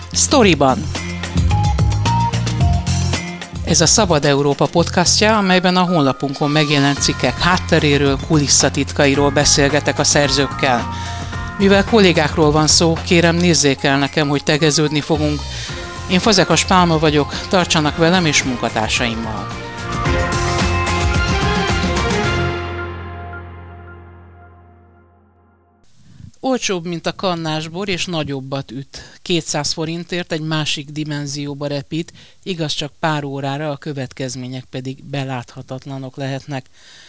Sztoriban. Ez a Szabad Európa podcastja, amelyben a honlapunkon megjelent cikkek hátteréről, kulisszatitkairól beszélgetek a szerzőkkel. Mivel kollégákról van szó, kérem nézzék el nekem, hogy tegeződni fogunk. Én Fazekas Pálma vagyok, tartsanak velem és munkatársaimmal. Olcsóbb, mint a kannásbor, és nagyobbat üt. 200 forintért egy másik dimenzióba repít, igaz csak pár órára, a következmények pedig beláthatatlanok lehetnek.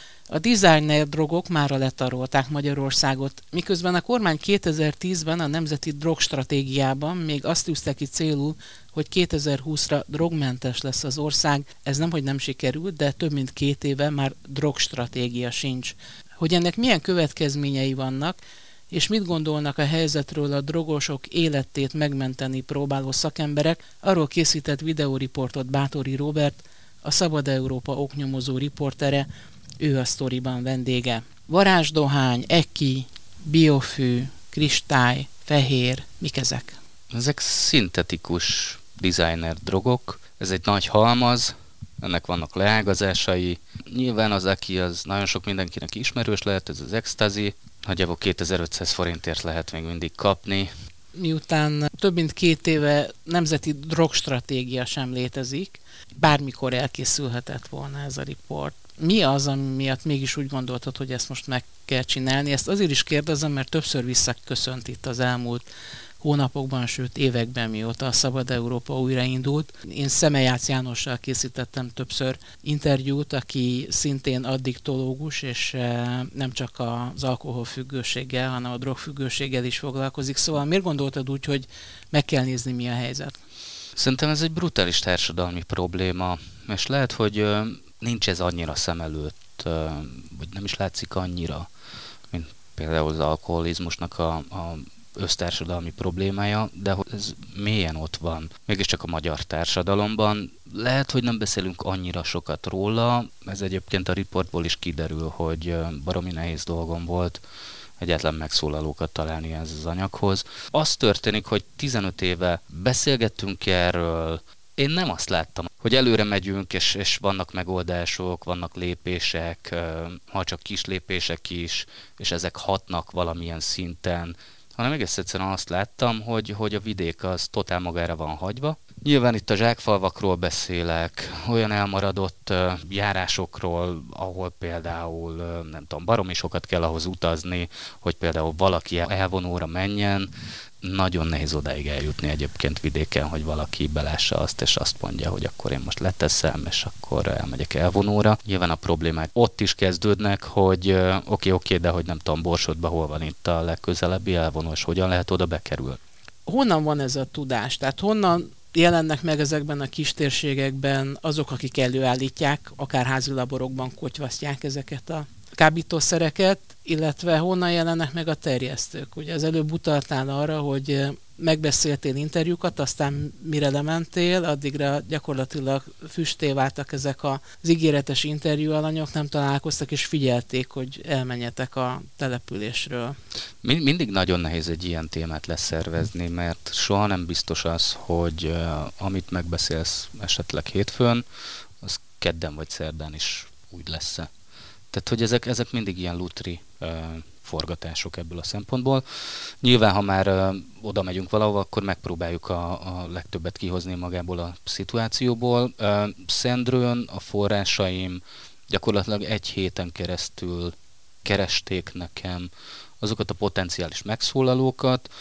A designer drogok mára letarolták Magyarországot, miközben a kormány 2010-ben a Nemzeti Drogstratégiában még azt tűzte ki célul, hogy 2020-ra drogmentes lesz az ország. Ez nemhogy nem sikerült, de több mint 2 éve már drogstratégia sincs. Hogy ennek milyen következményei vannak, és mit gondolnak a helyzetről a drogosok életét megmenteni próbáló szakemberek, arról készített videóriportot Báthori Róbert, a Szabad Európa oknyomozó riportere, ő a Sztoriban vendége. Varázsdohány, eki, biofű, kristály, fehér, mik ezek? Ezek szintetikus designer drogok, ez egy nagy halmaz, ennek vannak leágazásai. Nyilván az eki az nagyon sok mindenkinek ismerős lehet, ez az ecstasy, nagyjából 2500 forintért lehet még mindig kapni. Miután több mint 2 éve nemzeti drogstratégia sem létezik, bármikor elkészülhetett volna ez a riport. Mi az, ami miatt mégis úgy gondoltad, hogy ezt most meg kell csinálni? Ezt azért is kérdezem, mert többször visszaköszönt itt az elmúlt hónapokban, sőt években, mióta a Szabad Európa újraindult. Én Szemejász Jánossal készítettem többször interjút, aki szintén addiktológus, és nem csak az alkoholfüggőséggel, hanem a drogfüggőséggel is foglalkozik. Szóval miért gondoltad úgy, hogy meg kell nézni, mi a helyzet? Szerintem ez egy brutális társadalmi probléma, és lehet, hogy nincs ez annyira szem előtt, vagy nem is látszik annyira, mint például az alkoholizmusnak a össztársadalmi problémája, de ez mélyen ott van, mégiscsak a magyar társadalomban. Lehet, hogy nem beszélünk annyira sokat róla, ez egyébként a riportból is kiderül, hogy baromi nehéz dolgom volt egyáltalán megszólalókat találni ez az anyaghoz. Az történik, hogy 15 éve beszélgettünk erről, én nem azt láttam, hogy előre megyünk, és vannak megoldások, vannak lépések, ha csak kis lépések is, és ezek hatnak valamilyen szinten, hanem egész egyszerűen azt láttam, hogy a vidék az totál magára van hagyva. Nyilván itt a zsákfalvakról beszélek, olyan elmaradott járásokról, ahol például, nem tudom, baromi sokat kell ahhoz utazni, hogy például valaki elvonóra menjen. Nagyon nehéz odáig eljutni egyébként vidéken, hogy valaki belássa azt, és azt mondja, hogy akkor én most leteszem, és akkor elmegyek elvonóra. Nyilván a problémák ott is kezdődnek, hogy oké, de hogy nem tudom, Borsodban hol van itt a legközelebbi elvonó, és hogyan lehet oda bekerülni. Honnan van ez a tudás? Tehát honnan jelennek meg ezekben a kistérségekben azok, akik előállítják, akár házi laborokban kotyvasztják ezeket a kábítószereket, illetve honnan jelennek meg a terjesztők? Ugye az előbb utaltál arra, hogy megbeszéltél interjúkat, aztán mire lementél, addigra gyakorlatilag füstté váltak ezek az ígéretes interjúalanyok, nem találkoztak, és figyelték, hogy elmenjetek a településről. Mindig nagyon nehéz egy ilyen témát leszervezni, mert soha nem biztos az, hogy amit megbeszélsz esetleg hétfőn, az kedden vagy szerdán is úgy lesz-e. Tehát, hogy ezek mindig ilyen lutri forgatások ebből a szempontból. Nyilván, ha már oda megyünk valahova, akkor megpróbáljuk a legtöbbet kihozni magából a szituációból. Szendrőn a forrásaim gyakorlatilag 1 héten keresztül keresték nekem azokat a potenciális megszólalókat,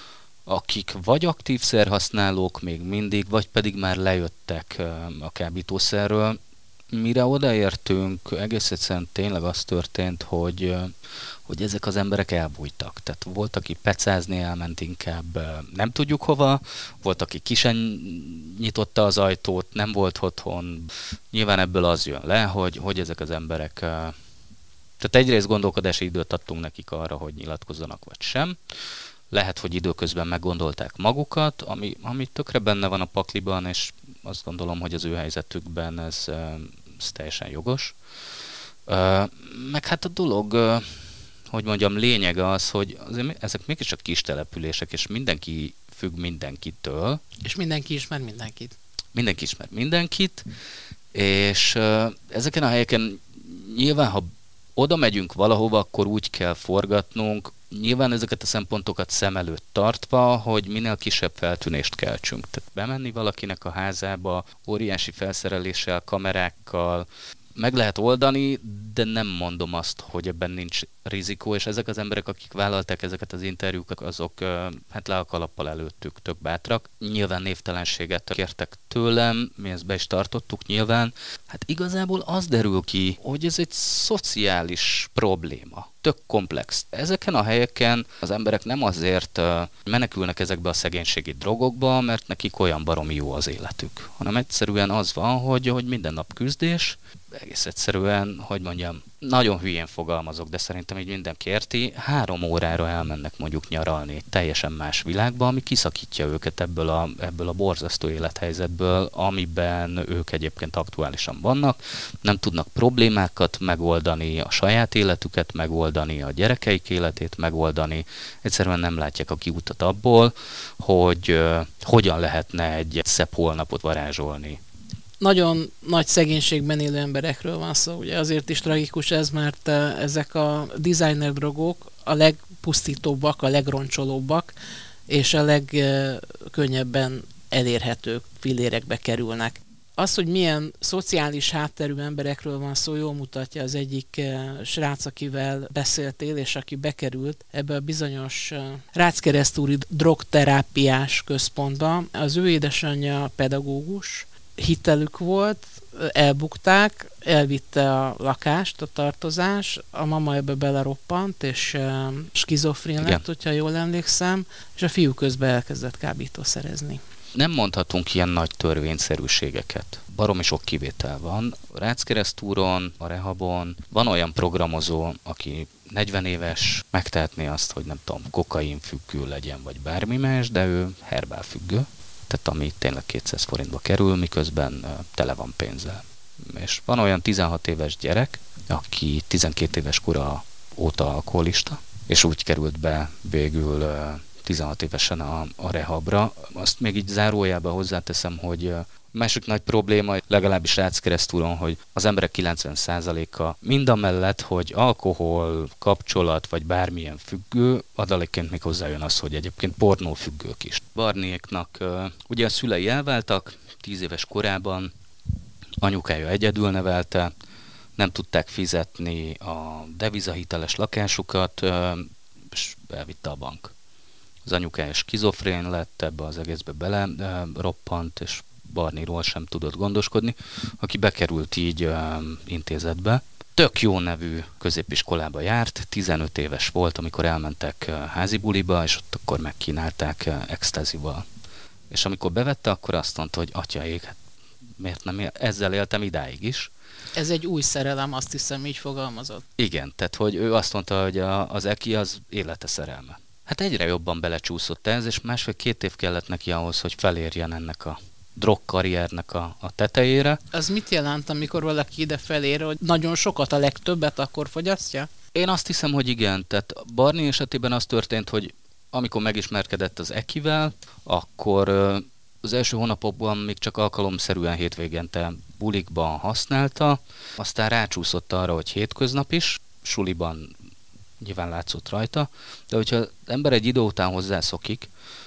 akik vagy aktív szerhasználók még mindig, vagy pedig már lejöttek a kábítószerről. Mire odaértünk, egész egyszerűen tényleg az történt, hogy ezek az emberek elbújtak. Tehát volt, aki pecázni elment inkább, nem tudjuk hova, volt, aki ki sem nyitotta az ajtót, nem volt otthon. Nyilván ebből az jön le, hogy ezek az emberek... Tehát egyrészt gondolkodási időt adtunk nekik arra, hogy nyilatkozzanak vagy sem. Lehet, hogy időközben meggondolták magukat, ami tökre benne van a pakliban, és azt gondolom, hogy az ő helyzetükben ez teljesen jogos. Meg hát a dolog, hogy mondjam, lényege az, hogy azért ezek mégiscsak kis települések, és mindenki függ mindenkitől. És mindenki ismer mindenkit. Mindenki ismer mindenkit, és ezeken a helyeken nyilván, ha oda megyünk valahova, akkor úgy kell forgatnunk, nyilván ezeket a szempontokat szem előtt tartva, hogy minél kisebb feltűnést keltsünk. Tehát bemenni valakinek a házába, óriási felszereléssel, kamerákkal, meg lehet oldani, de nem mondom azt, hogy ebben nincs rizikó, és ezek az emberek, akik vállalták ezeket az interjúkat, azok hát le a kalappal előttük, tök bátrak. Nyilván névtelenséget kértek tőlem, mi ezt be is tartottuk nyilván. Hát igazából az derül ki, hogy ez egy szociális probléma. Tök komplex. Ezeken a helyeken az emberek nem azért menekülnek ezekbe a szegénységi drogokba, mert nekik olyan baromi jó az életük, hanem egyszerűen az van, hogy minden nap küzdés, egész egyszerűen, hogy mondjam, nagyon hülyén fogalmazok, de szerintem így mindenki érti, 3 órára elmennek mondjuk nyaralni egy teljesen más világba, ami kiszakítja őket ebből a borzasztó élethelyzetből, amiben ők egyébként aktuálisan vannak, nem tudnak problémákat megoldani, a saját életüket megoldani, a gyerekeik életét megoldani, egyszerűen nem látják a kiutat abból, hogy hogyan lehetne egy szebb holnapot varázsolni. Nagyon nagy szegénységben élő emberekről van szó. Ugye azért is tragikus ez, mert ezek a designer drogok a legpusztítóbbak, a legroncsolóbbak, és a legkönnyebben elérhetők, fillérekbe kerülnek. Az, hogy milyen szociális hátterű emberekről van szó, jól mutatja az egyik srác, akivel beszéltél, és aki bekerült ebbe a bizonyos Ráckeresztúri drogterápiás központba. Az ő édesanyja pedagógus, hitelük volt, elbukták, elvitte a lakást, a tartozás, a mama ebbe beleroppant, és skizofrén lett, hogyha jól emlékszem, és a fiú közben elkezdett kábítószerezni. Nem mondhatunk ilyen nagy törvényszerűségeket. Baromi sok kivétel van. A Ráckeresztúron, a rehabon van olyan programozó, aki 40 éves, megtehetné azt, hogy nem tudom, kokain függő legyen, vagy bármi más, de ő herbál függő. Tehát ami tényleg 200 forintba kerül, miközben tele van pénzzel. És van olyan 16 éves gyerek, aki 12 éves kora óta alkoholista, és úgy került be végül 16 évesen a rehabra. Azt még így zárójába hozzáteszem, hogy másik nagy probléma, legalábbis Ráckeresztúron, hogy az emberek 90%-a mindamellett, hogy alkohol, kapcsolat vagy bármilyen függő, adalékként még hozzájön az, hogy egyébként pornófüggők is. Barniéknak ugye a szülei elváltak 10 éves korában, anyukája egyedül nevelte, nem tudták fizetni a devizahiteles lakásukat, és elvitte a bank. Az anyukája skizofrén lett, ebbe az egészbe bele roppant, és Barniról sem tudott gondoskodni, aki bekerült így intézetbe. Tök jó nevű középiskolába járt, 15 éves volt, amikor elmentek házi buliba, és ott akkor megkínálták extázival. És amikor bevette, akkor azt mondta, hogy atyaég, hát miért nem ezzel éltem idáig is. Ez egy új szerelem, azt hiszem, így fogalmazott. Igen, tehát hogy ő azt mondta, hogy az EKI az élete szerelme. Hát egyre jobban belecsúszott ez, és 1,5-2 év kellett neki ahhoz, hogy felérjen ennek a drogkarriernek a tetejére. Az mit jelent, amikor valaki ide felér, hogy nagyon sokat, a legtöbbet akkor fogyasztja? Én azt hiszem, hogy igen. Tehát Barni esetében az történt, hogy amikor megismerkedett az EKI-vel, akkor az első hónapokban még csak alkalomszerűen hétvégente bulikban használta, aztán rácsúszott arra, hogy hétköznap is, suliban nyilván látszott rajta, de hogyha az ember egy idő után hozzászokik,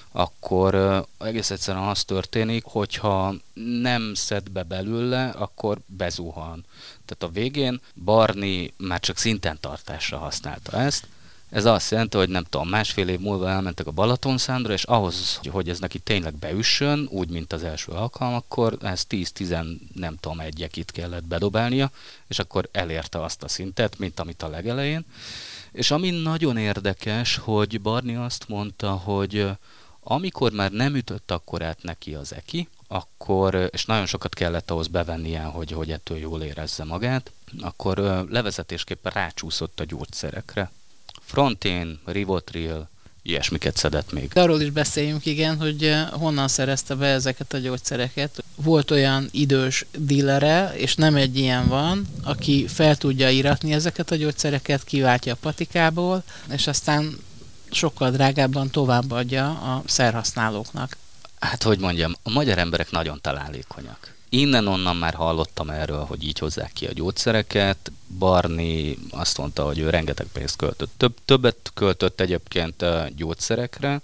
akkor egész egyszerűen az történik, hogyha nem szed be belőle, akkor bezuhan. Tehát a végén Barni már csak szintentartásra használta ezt. Ez azt jelenti, hogy nem tudom, 1,5 év múlva elmentek a Balatonszándra, és ahhoz, hogy ez neki tényleg beüssön, úgy, mint az első alkalmakkor, ez 10-10 nem tudom, egyekit kellett bedobálnia, és akkor elérte azt a szintet, mint amit a legelején. És ami nagyon érdekes, hogy Barni azt mondta, hogy amikor már nem ütött akkorát neki az EKI, akkor, és nagyon sokat kellett ahhoz bevennie, hogy ettől jól érezze magát, akkor levezetésképpen rácsúszott a gyógyszerekre. Frontin, Rivotril, ilyesmiket szedett még. De arról is beszéljünk, igen, hogy honnan szerezte be ezeket a gyógyszereket. Volt olyan idős dílere, és nem egy ilyen van, aki fel tudja íratni ezeket a gyógyszereket, kiváltja a patikából, és aztán sokkal drágábban továbbadja a szerhasználóknak. Hát, hogy mondjam, a magyar emberek nagyon találékonyak. Innen-onnan már hallottam erről, hogy így hozzák ki a gyógyszereket. Barni azt mondta, hogy ő rengeteg pénzt költött. Többet költött egyébként gyógyszerekre,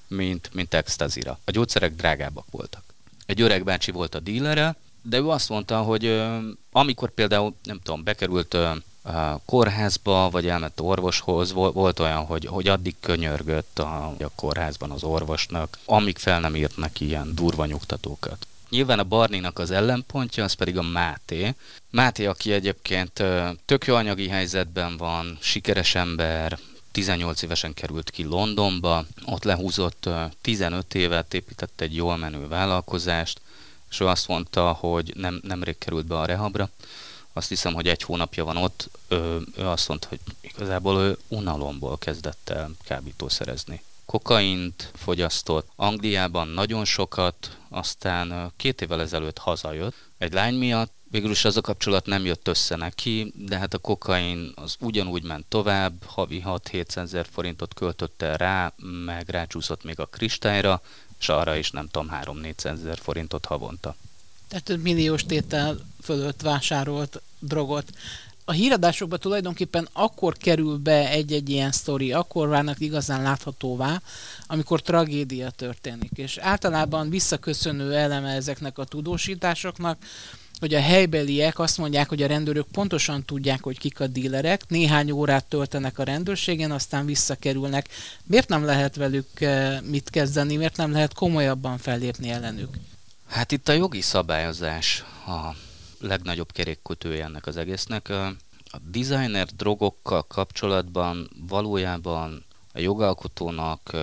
mint extazira. A gyógyszerek drágábbak voltak. Egy öreg bácsi volt a dílere, de ő azt mondta, hogy amikor például, nem tudom, bekerült a kórházba, vagy elment orvoshoz, volt olyan, hogy addig könyörgött a kórházban az orvosnak, amíg fel nem írt neki ilyen durva nyugtatókat. Nyilván a Barninak az ellenpontja, az pedig a Máté. Máté, aki egyébként tök jó anyagi helyzetben van, sikeres ember, 18 évesen került ki Londonba, ott lehúzott 15 évet, épített egy jól menő vállalkozást, és ő azt mondta, hogy nemrég került be a rehabra. Azt hiszem, hogy 1 hónapja van ott, ő azt mondta, hogy igazából ő unalomból kezdett el kábítószerezni. Kokaint fogyasztott, Angliában nagyon sokat, aztán 2 évvel ezelőtt hazajött egy lány miatt, végül is az a kapcsolat nem jött össze neki, de hát a kokain az ugyanúgy ment tovább, havi 6-700 ezer forintot költött el rá, meg rácsúszott még a kristályra, és arra is nem tudom, 3-400 ezer forintot havonta. Tehát 5 milliós tétel fölött vásárolt drogot. A híradásokban tulajdonképpen akkor kerül be egy-egy ilyen sztori, akkor válnak igazán láthatóvá, amikor tragédia történik. És általában visszaköszönő eleme ezeknek a tudósításoknak, hogy a helybeliek azt mondják, hogy a rendőrök pontosan tudják, hogy kik a dílerek, néhány órát töltenek a rendőrségen, aztán visszakerülnek. Miért nem lehet velük mit kezdeni, miért nem lehet komolyabban fellépni ellenük? Hát itt a jogi szabályozás a legnagyobb kerékkötője ennek az egésznek. A designer drogokkal kapcsolatban valójában a jogalkotónak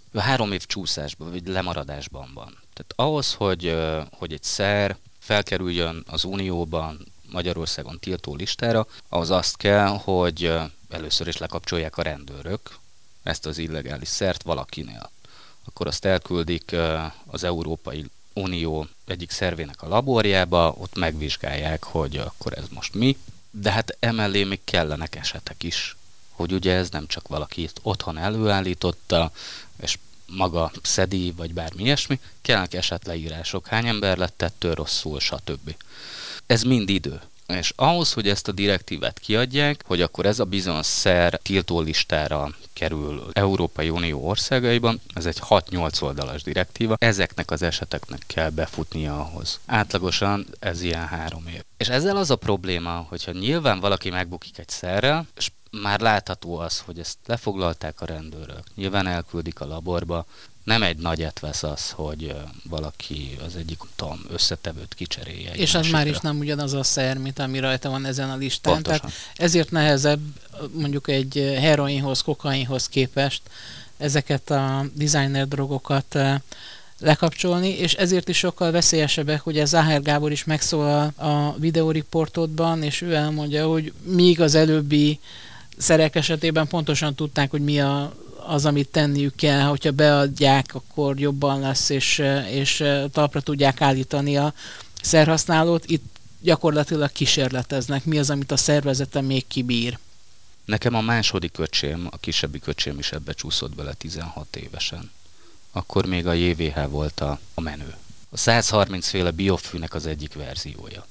3 év csúszásban vagy lemaradásban van. Tehát ahhoz, hogy egy szer felkerüljön az Unióban, Magyarországon tiltó listára, ahhoz azt kell, hogy először is lekapcsolják a rendőrök ezt az illegális szert valakinél. Akkor azt elküldik az Európai Unió egyik szervének a laborjába, ott megvizsgálják, hogy akkor ez most mi, de hát emellé még kellenek esetek is, hogy ugye ez nem csak valaki itt otthon előállította, és maga szedi, vagy bármi ilyesmi, kellnek esetleírások, hány ember lett ettől rosszul, stb. Ez mind idő. És ahhoz, hogy ezt a direktívát kiadják, hogy akkor ez a bizonyos szer tiltó listára kerül Európai Unió országaiban, ez egy 6-8 oldalas direktíva, ezeknek az eseteknek kell befutnia ahhoz. Átlagosan ez ilyen 3 év. És ezzel az a probléma, hogyha nyilván valaki megbukik egy szerrel, és már látható az, hogy ezt lefoglalták a rendőrök, nyilván elküldik a laborba, nem egy nagyet vesz az, hogy valaki az egyik összetevőt kicserélje. És az már is nem ugyanaz a szer, mint ami rajta van ezen a listán. Pontosan. Tehát ezért nehezebb mondjuk egy heroinhoz, kokainhoz képest ezeket a designer drogokat lekapcsolni, és ezért is sokkal veszélyesebbek, hogy Záher Gábor is megszólal a videóriportodban, és ő elmondja, hogy míg az előbbi szerek esetében pontosan tudták, hogy mi az, amit tenniük kell, hogyha beadják, akkor jobban lesz, és talpra tudják állítani a szerhasználót. Itt gyakorlatilag kísérleteznek. Mi az, amit a szervezete még kibír? Nekem a második öcsém, a kisebbi öcsém is ebbe csúszott bele 16 évesen. Akkor még a JVH volt a menő. A 130 féle biofűnek az egyik verziója.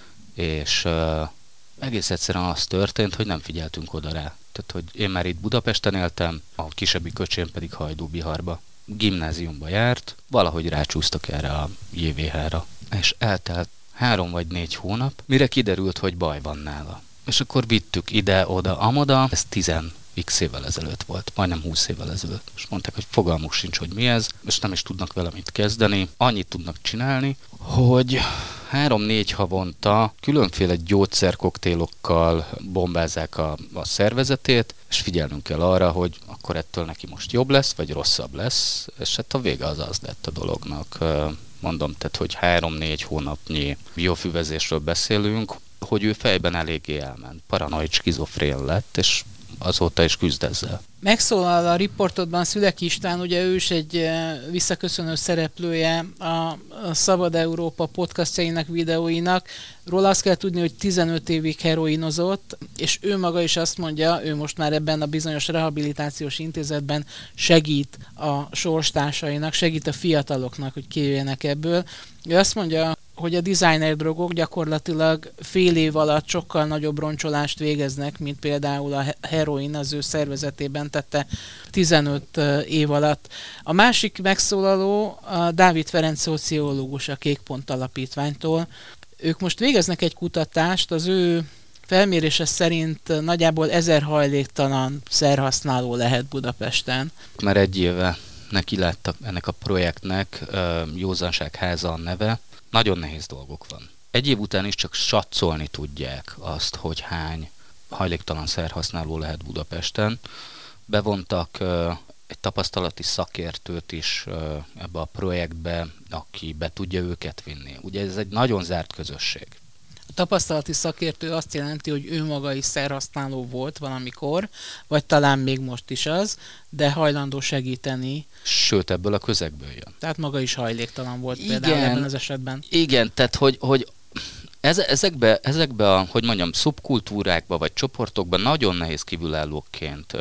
És egész egyszerűen az történt, hogy nem figyeltünk oda rá. Tehát, hogy én már itt Budapesten éltem, a kisebbi öcsém pedig Hajdúbiharba. Gimnáziumba járt, valahogy rácsúsztak erre a JVH-ra. És eltelt 3 vagy 4 hónap, mire kiderült, hogy baj van nála. És akkor vittük ide, oda, amoda, ez 10x évvel ezelőtt volt, majdnem 20 évvel ezelőtt. És mondták, hogy fogalmuk sincs, hogy mi ez, és nem is tudnak vele mit kezdeni. Annyit tudnak csinálni, hogy 3-4 havonta különféle gyógyszerkoktélokkal bombázzák a szervezetét, és figyelnünk kell arra, hogy akkor ettől neki most jobb lesz, vagy rosszabb lesz, és hát a vége az lett a dolognak. Mondom, tehát, hogy 3-4 hónapnyi biofüvezésről beszélünk, hogy ő fejben eléggé elment. Paranoid skizofrén lett, és azóta is küzd ezzel. Megszólal a riportodban Szüleki István, ugye ő is egy visszaköszönő szereplője a Szabad Európa podcastjainak, videóinak. Róla azt kell tudni, hogy 15 évig heroinozott, és ő maga is azt mondja, ő most már ebben a bizonyos rehabilitációs intézetben segít a sorstársainak, segít a fiataloknak, hogy kijöjjenek ebből. Ő azt mondja, hogy a designer drogok gyakorlatilag fél év alatt sokkal nagyobb roncsolást végeznek, mint például a heroin az ő szervezetében tette 15 év alatt. A másik megszólaló a Dávid Ferenc szociológus a Kékpont Alapítványtól. Ők most végeznek egy kutatást, az ő felmérése szerint nagyjából 1000 hajléktalan szerhasználó lehet Budapesten. Már egy éve neki láttak ennek a projektnek, Józanságháza a neve. Nagyon nehéz dolgok van. Egy év után is csak satszolni tudják azt, hogy hány hajléktalan szerhasználó lehet Budapesten. Bevontak egy tapasztalati szakértőt is ebbe a projektbe, aki be tudja őket vinni. Ugye ez egy nagyon zárt közösség. A tapasztalati szakértő azt jelenti, hogy ő maga is szerhasználó volt valamikor, vagy talán még most is az, de hajlandó segíteni. Sőt, ebből a közegből jön. Tehát maga is hajléktalan volt például ebben az esetben. Igen, tehát hogy ezekbe a, hogy mondjam, szubkultúrákba vagy csoportokban nagyon nehéz kívülállóként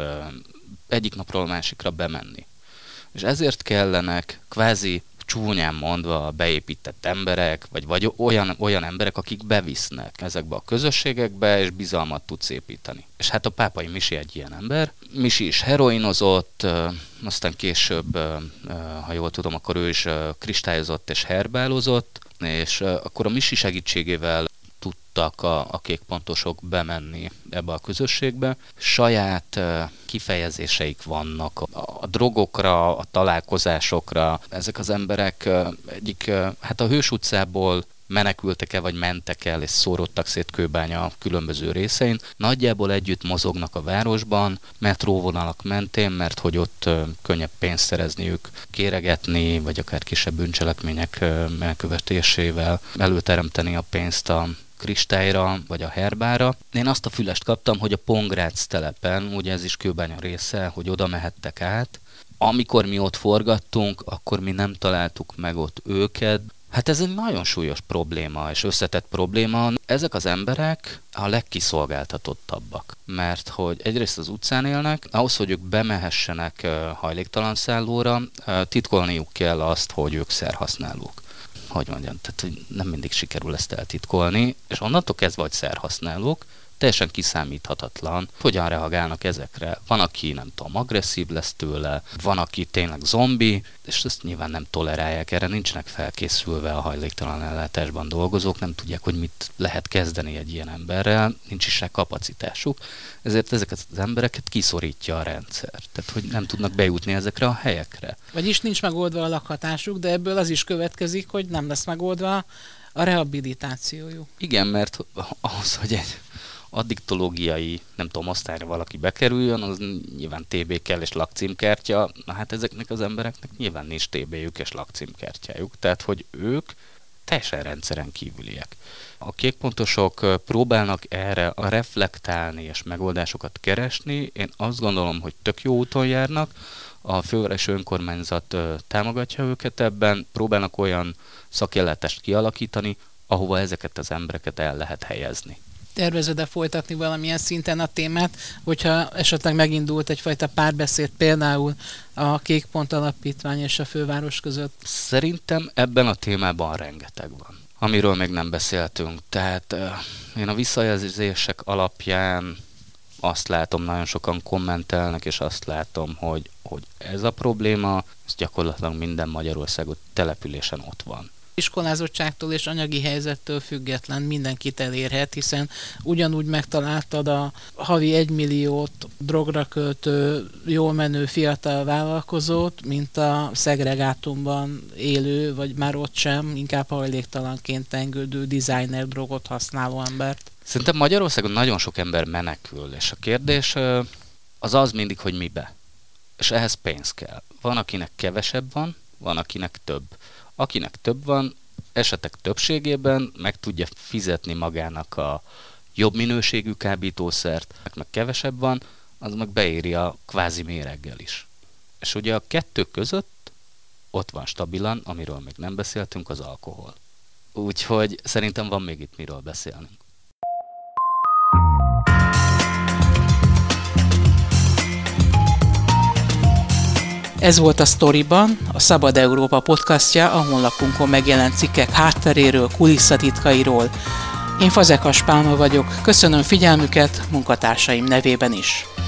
egyik napról a másikra bemenni. És ezért kellenek kvázi csúnyán mondva beépített emberek, vagy olyan emberek, akik bevisznek ezekbe a közösségekbe, és bizalmat tudsz építeni. És hát a Pápai Misi egy ilyen ember. Misi is heroinozott, aztán később, ha jól tudom, akkor ő is kristályozott és herbálozott, és akkor a Misi segítségével tudtak a kékpontosok bemenni ebbe a közösségbe. Saját kifejezéseik vannak a drogokra, a találkozásokra. Ezek az emberek hát a Hős utcából menekültek-e, vagy mentek el, és szórodtak szét Kőbánya különböző részein. Nagyjából együtt mozognak a városban, metróvonalak mentén, mert hogy ott könnyebb pénzt szerezniük, kéregetni, vagy akár kisebb bűncselekmények elkövetésével előteremteni a pénzt a kristályra, vagy a herbára. Én azt a fülest kaptam, hogy a Pongrác telepen, ugye ez is Kőbánya része, hogy oda mehettek át. Amikor mi ott forgattunk, akkor mi nem találtuk meg ott őket. Hát ez egy nagyon súlyos probléma, és összetett probléma. Ezek az emberek a legkiszolgáltatottabbak, mert hogy egyrészt az utcán élnek, ahhoz, hogy ők bemehessenek hajléktalan szállóra, titkolniuk kell azt, hogy ők szerhasználók. Hogy mondjam, tehát hogy nem mindig sikerül ezt eltitkolni, és onnantól kezdve, hogy szerhasználók, teljesen kiszámíthatatlan, hogyan reagálnak ezekre. Van, aki nem tudom, agresszív lesz tőle, van, aki tényleg zombi, és ezt nyilván nem tolerálják, erre nincsenek felkészülve a hajléktalan ellátásban dolgozók, nem tudják, hogy mit lehet kezdeni egy ilyen emberrel, nincs is rá kapacitásuk, ezért ezeket az embereket kiszorítja a rendszer. Tehát, hogy nem tudnak bejutni ezekre a helyekre. Vagyis nincs megoldva a lakhatásuk, de ebből az is következik, hogy nem lesz megoldva a rehabilitációjuk. Igen, mert ahhoz, hogy egy addiktológiai, nem tudom, osztályra valaki bekerüljön, az nyilván TB kell és lakcímkártya, na hát ezeknek az embereknek nyilván nincs TB-jük és lakcímkártyájuk, tehát hogy ők teljesen rendszeren kívüliek. A kékpontosok próbálnak erre reflektálni és megoldásokat keresni, én azt gondolom, hogy tök jó úton járnak, a fővárosi önkormányzat támogatja őket ebben, próbálnak olyan szakjelletet kialakítani, ahova ezeket az embereket el lehet helyezni. Tervezed-e folytatni valamilyen szinten a témát, hogyha esetleg megindult egyfajta párbeszéd például a Kékpont Alapítvány és a főváros között? Szerintem ebben a témában rengeteg van, amiről még nem beszéltünk. Tehát én a visszajelzések alapján azt látom, nagyon sokan kommentelnek, és azt látom, hogy ez a probléma, ez gyakorlatilag minden Magyarországon településen ott van. Iskolázottságtól és anyagi helyzettől független mindenkit elérhet, hiszen ugyanúgy megtaláltad a havi 1 milliót drogra költő, jól menő fiatal vállalkozót, mint a szegregátumban élő, vagy már ott sem, inkább hajléktalanként tengődő designer drogot használó embert. Szerintem Magyarországon nagyon sok ember menekül, és a kérdés az mindig, hogy mibe. És ehhez pénz kell. Van, akinek kevesebb van akinek több. Akinek több van, esetek többségében meg tudja fizetni magának a jobb minőségű kábítószert, meg kevesebb van, az meg beéri a kvázi méreggel is. És ugye a kettő között ott van stabilan, amiről még nem beszéltünk, az alkohol. Úgyhogy szerintem van még itt miről beszélnünk. Ez volt a Sztoriban, a Szabad Európa podcastja, a honlapunkon megjelent cikkek hátteréről, kulisszatitkairól. Én Fazekas Pálma vagyok, köszönöm figyelmüket munkatársaim nevében is.